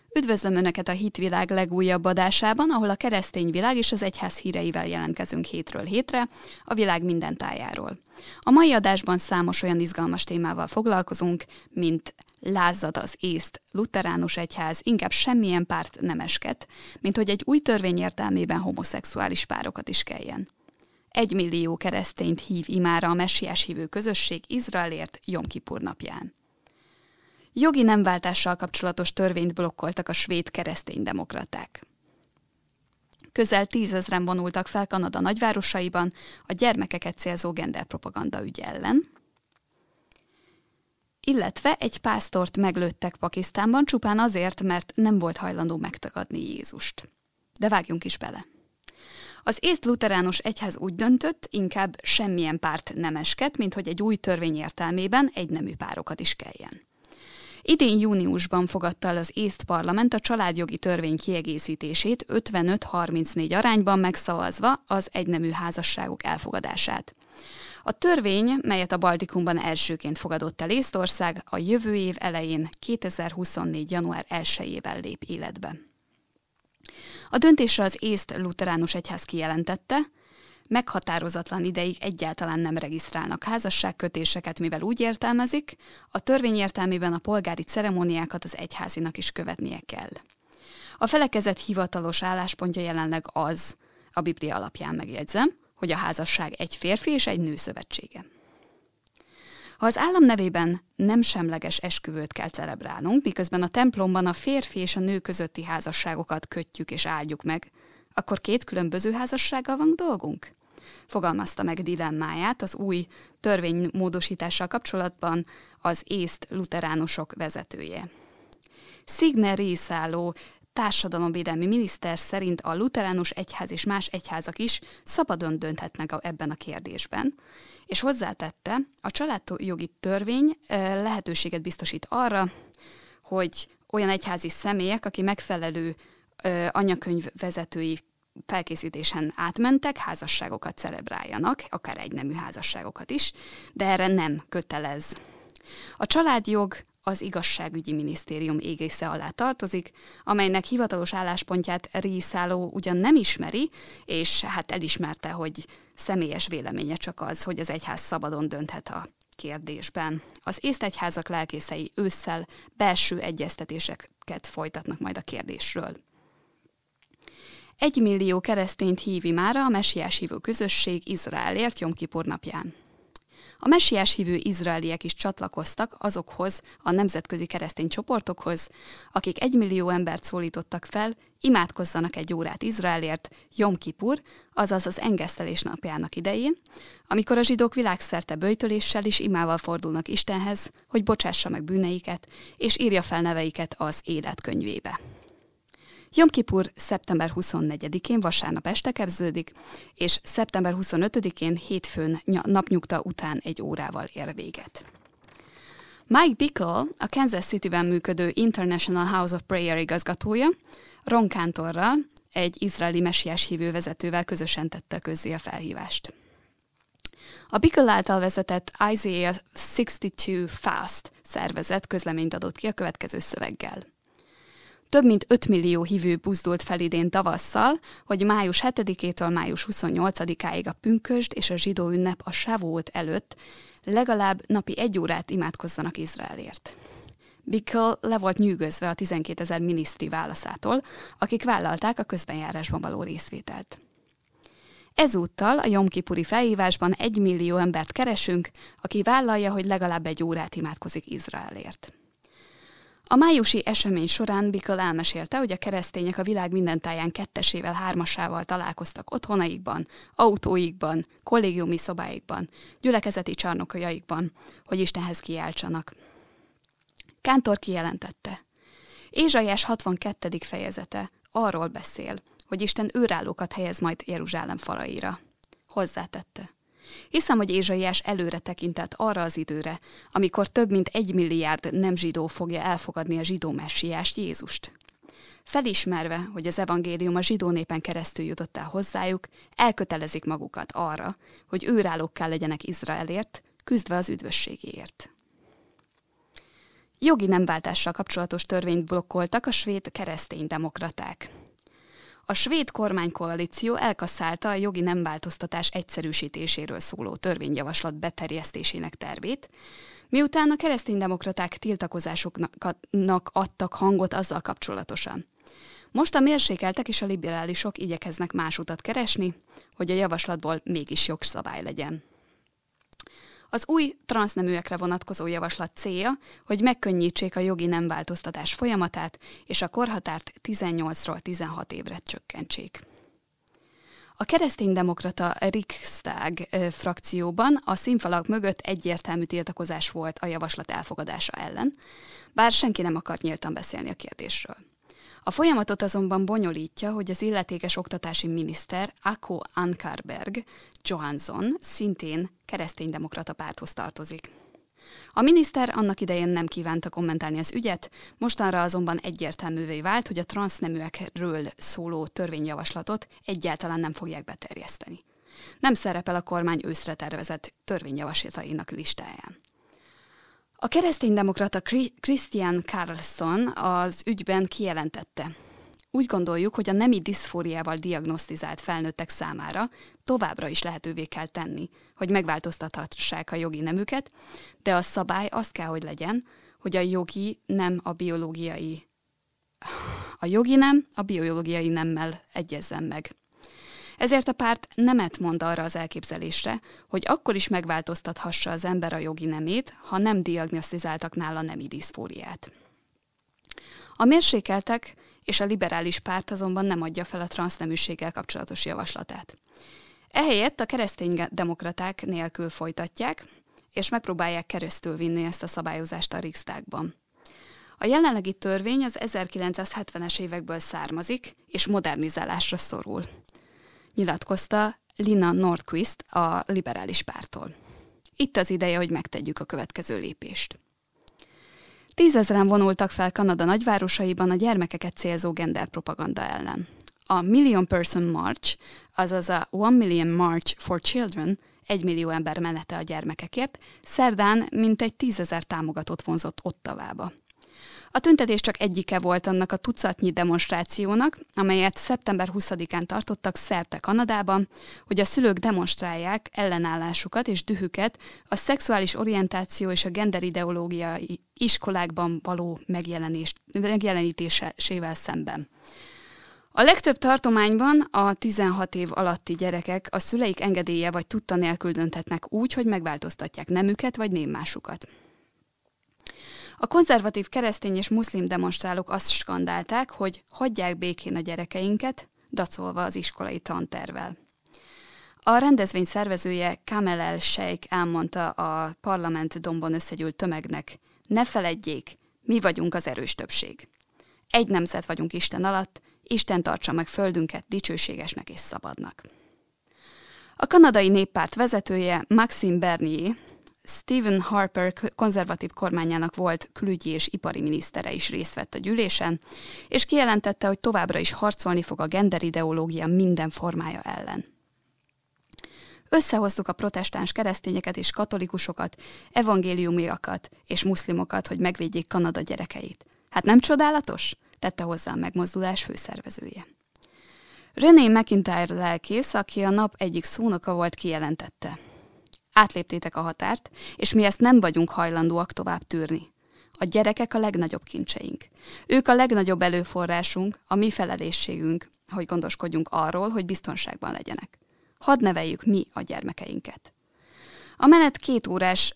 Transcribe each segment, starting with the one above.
Üdvözlöm Önöket a Hitvilág legújabb adásában, ahol a keresztény világ és az egyház híreivel jelentkezünk hétről hétre, a világ minden tájáról. A mai adásban számos olyan izgalmas témával foglalkozunk, mint lázzad az észt lutheránus egyház, inkább semmilyen párt nem esket, mint hogy egy új törvény értelmében homoszexuális párokat is kelljen. 1 millió keresztényt hív imára a messiás hívő közösség Izraelért Jom Kipur napján. Jogi nemváltással kapcsolatos törvényt blokkoltak a svéd kereszténydemokraták. Közel 10 000-en vonultak fel Kanada nagyvárosaiban a gyermekeket célzó genderpropaganda ügy ellen, illetve egy pásztort meglőttek Pakisztánban csupán azért, mert nem volt hajlandó megtagadni Jézust. De vágjunk is bele. Az észt lutheránus egyház úgy döntött, inkább semmilyen párt nem esket, mint hogy egy új törvény értelmében egynemű párokat is kelljen. Idén júniusban fogadta el az észt parlament a családjogi törvény kiegészítését 55-34 arányban megszavazva az egynemű házasságok elfogadását. A törvény, melyet a Baltikumban elsőként fogadott el Észtország, a jövő év elején 2024. január 1-ével lép életbe. A döntésre az észt lutheránus egyház kijelentette, meghatározatlan ideig egyáltalán nem regisztrálnak házasságkötéseket, mivel úgy értelmezik, a törvény értelmében a polgári ceremóniákat az egyházinak is követnie kell. A felekezet hivatalos álláspontja jelenleg az, a Biblia alapján megjegyzem, hogy a házasság egy férfi és egy nő szövetsége. Ha az állam nevében nem semleges esküvőt kell celebrálnunk, miközben a templomban a férfi és a nő közötti házasságokat kötjük és áldjuk meg, akkor 2 különböző házassággal van dolgunk? Fogalmazta meg dilemmáját az új törvénymódosítással kapcsolatban az észt lutheránusok vezetője. Signe Riisalo társadalomvédelmi miniszter szerint a lutheránus egyház és más egyházak is szabadon dönthetnek ebben a kérdésben, és hozzátette, a családjogi törvény lehetőséget biztosít arra, hogy olyan egyházi személyek, aki megfelelő anyakönyv vezetői felkészítésen átmentek, házasságokat celebráljanak, akár egynemű házasságokat is, de erre nem kötelez. A családjog az igazságügyi minisztérium égisze alá tartozik, amelynek hivatalos álláspontját Riisalo ugyan nem ismeri, és elismerte, hogy személyes véleménye csak az, hogy az egyház szabadon dönthet a kérdésben. Az észt egyházak lelkészei ősszel belső egyeztetéseket folytatnak majd a kérdésről. 1 millió keresztényt hív imára a messiás hívő közösség Izraelért Jom Kipur napján. A messiás hívő izraeliek is csatlakoztak azokhoz a nemzetközi keresztény csoportokhoz, akik 1 millió embert szólítottak fel, imádkozzanak 1 órát Izraelért Jom Kipur, azaz az engesztelés napjának idején, amikor a zsidók világszerte böjtöléssel és imával fordulnak Istenhez, hogy bocsássa meg bűneiket, és írja fel neveiket az életkönyvébe. Jom Kipur szeptember 24-én vasárnap este kezdődik, és szeptember 25-én hétfőn napnyugta után 1 órával ér véget. Mike Bickle, a Kansas Cityben működő International House of Prayer igazgatója, Ron Cantorral, egy izraeli messiás hívő vezetővel közösen tette közzé a felhívást. A Bickle által vezetett Isaiah 62 Fast szervezet közleményt adott ki a következő szöveggel. Több mint 5 millió hívő buzdult fel idén tavasszal, hogy május 7-től május 28-áig a pünkösd és a zsidó ünnep a Sávót előtt legalább napi 1 órát imádkozzanak Izraelért. Bickle le volt nyűgözve a 12 000 minisztri válaszától, akik vállalták a közbenjárásban való részvételt. Ezúttal a Jom Kipuri felhívásban 1 millió embert keresünk, aki vállalja, hogy legalább 1 órát imádkozik Izraelért. A májusi esemény során Bickle elmesélte, hogy a keresztények a világ minden táján 2-esével, 3-asával találkoztak otthonaikban, autóikban, kollégiumi szobáikban, gyülekezeti csarnokjaikban, hogy Istenhez kiáltsanak. Kántor kijelentette. Ézsaiás 62. fejezete arról beszél, hogy Isten őrállókat helyez majd Jeruzsálem falaira. Hozzátette. Hiszem, hogy Ézsaiás előre tekintett arra az időre, amikor több mint 1 milliárd nem zsidó fogja elfogadni a zsidó messiást, Jézust. Felismerve, hogy az evangélium a zsidó népen keresztül jutott el hozzájuk, elkötelezik magukat arra, hogy őrállókká legyenek Izraelért, küzdve az üdvösségéért. Jogi nemváltással kapcsolatos törvényt blokkoltak a svéd kereszténydemokraták. A svéd kormánykoalíció elkasszálta a jogi nemváltoztatás egyszerűsítéséről szóló törvényjavaslat beterjesztésének tervét, miután a kereszténydemokraták tiltakozásoknak adtak hangot azzal kapcsolatosan. Most a mérsékeltek és a liberálisok igyekeznek más utat keresni, hogy a javaslatból mégis jogszabály legyen. Az új transzneműekre vonatkozó javaslat célja, hogy megkönnyítsék a jogi nemváltoztatás folyamatát, és a korhatárt 18-ról 16 évre csökkentsék. A kereszténydemokrata Riksdag frakcióban a színfalak mögött egyértelmű tiltakozás volt a javaslat elfogadása ellen, bár senki nem akart nyíltan beszélni a kérdésről. A folyamatot azonban bonyolítja, hogy az illetékes oktatási miniszter Akko Ankarberg Johansson szintén kereszténydemokrata párthoz tartozik. A miniszter annak idején nem kívánta kommentálni az ügyet, mostanra azonban egyértelművé vált, hogy a transzneműekről szóló törvényjavaslatot egyáltalán nem fogják beterjeszteni. Nem szerepel a kormány őszre tervezett törvényjavaslatainak listáján. A kereszténydemokrata Christian Carlson az ügyben kijelentette: úgy gondoljuk, hogy a nemi diszfóriával diagnosztizált felnőttek számára továbbra is lehetővé kell tenni, hogy megváltoztathassák a jogi nemüket, de a szabály az kell, hogy legyen, hogy a jogi nem a biológiai nemmel egyezzen meg. Ezért a párt nemet mond arra az elképzelésre, hogy akkor is megváltoztathassa az ember a jogi nemét, ha nem diagnosztizáltak nála nemi diszfóriát. A mérsékeltek és a liberális párt azonban nem adja fel a transzneműséggel kapcsolatos javaslatát. Ehelyett a kereszténydemokraták nélkül folytatják, és megpróbálják keresztülvinni ezt a szabályozást a Riksdagban. A jelenlegi törvény az 1970-es évekből származik, és modernizálásra szorul, nyilatkozta Lina Nordquist a liberális párttól. Itt az ideje, hogy megtegyük a következő lépést. 10 000-en vonultak fel Kanada nagyvárosaiban a gyermekeket célzó genderpropaganda ellen. A Million Person March, azaz a 1 Million March for Children, 1 millió ember menete a gyermekekért, szerdán mintegy 10 000 támogatót vonzott Ottavába. A tüntetés csak egyike volt annak a tucatnyi demonstrációnak, amelyet szeptember 20-án tartottak szerte Kanadában, hogy a szülők demonstrálják ellenállásukat és dühüket a szexuális orientáció és a genderideológiai iskolákban való megjelenítésével szemben. A legtöbb tartományban a 16 év alatti gyerekek a szüleik engedélye vagy tudta nélkül dönthetnek úgy, hogy megváltoztatják nemüket vagy névmásukat. A konzervatív keresztény és muszlim demonstrálók azt skandálták, hogy hagyják békén a gyerekeinket, dacolva az iskolai tantervvel. A rendezvény szervezője Kamel el-Sheikh elmondta a parlament dombon összegyűlt tömegnek: ne feledjék, mi vagyunk az erős többség. Egy nemzet vagyunk Isten alatt, Isten tartsa meg földünket dicsőségesnek és szabadnak. A kanadai néppárt vezetője Maxime Bernier, Stephen Harper konzervatív kormányának volt külügyi és ipari minisztere is részt vett a gyűlésen, és kijelentette, hogy továbbra is harcolni fog a genderideológia minden formája ellen. Összehoztuk a protestáns keresztényeket és katolikusokat, evangéliumiakat és muszlimokat, hogy megvédjék Kanada gyerekeit. Hát nem csodálatos? Tette hozzá a megmozdulás főszervezője. René McIntyre lelkész, aki a nap egyik szónoka volt, kijelentette: átléptétek a határt, és mi ezt nem vagyunk hajlandóak tovább tűrni. A gyerekek a legnagyobb kincseink. Ők a legnagyobb előforrásunk, a mi felelősségünk, hogy gondoskodjunk arról, hogy biztonságban legyenek. Hadd neveljük mi a gyermekeinket. A menet 2 órás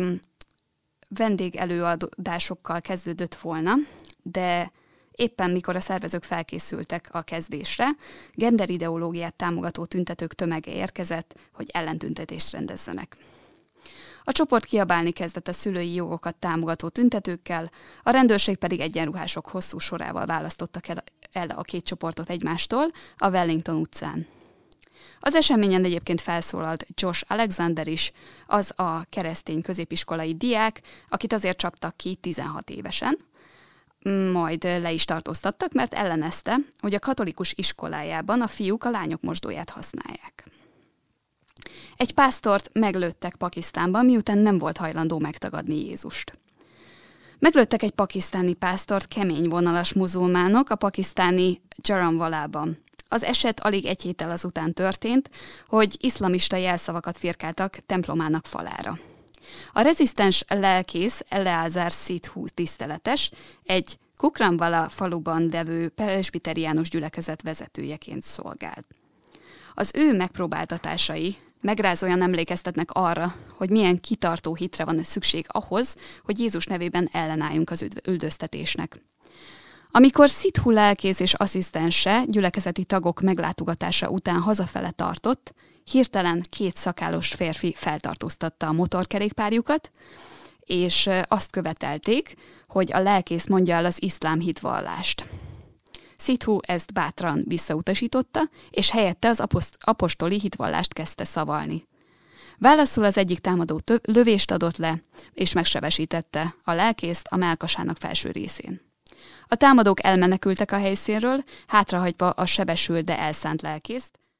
vendégelőadásokkal kezdődött volna, de éppen mikor a szervezők felkészültek a kezdésre, genderideológiát támogató tüntetők tömege érkezett, hogy ellentüntetést rendezzenek. A csoport kiabálni kezdett a szülői jogokat támogató tüntetőkkel, a rendőrség pedig egyenruhások hosszú sorával választottak el a két csoportot egymástól a Wellington utcán. Az eseményen egyébként felszólalt Josh Alexander is, az a keresztény középiskolai diák, akit azért csaptak ki 16 évesen, majd le is tartóztattak, mert ellenezte, hogy a katolikus iskolájában a fiúk a lányok mosdóját használják. Egy pásztort meglőttek Pakisztánban, miután nem volt hajlandó megtagadni Jézust. Meglőttek egy pakisztáni pásztort kemény vonalas muzulmánok a pakisztáni Jaranwalában. Az eset alig egy héttel azután történt, hogy iszlamista jelszavakat firkáltak templomának falára. A rezisztens lelkész Eleazar Sidhu tiszteletes egy Kukranwala faluban levő presbiteriánus gyülekezet vezetőjeként szolgált. Az ő megpróbáltatásai megrázóan emlékeztetnek arra, hogy milyen kitartó hitre van szükség ahhoz, hogy Jézus nevében ellenálljunk az üldöztetésnek. Amikor Sidhu lelkész és asszisztense gyülekezeti tagok meglátogatása után hazafele tartott, hirtelen 2 szakállos férfi feltartóztatta a motorkerékpárjukat, és azt követelték, hogy a lelkész mondja el az iszlám hitvallást. Sidhu ezt bátran visszautasította, és helyette az apostoli hitvallást kezdte szavalni. Válaszul az egyik támadó lövést adott le, és megsebesítette a lelkészt a mellkasának felső részén. A támadók elmenekültek a helyszínről, hátrahagyva a sebesült, de elszánt lelkészt,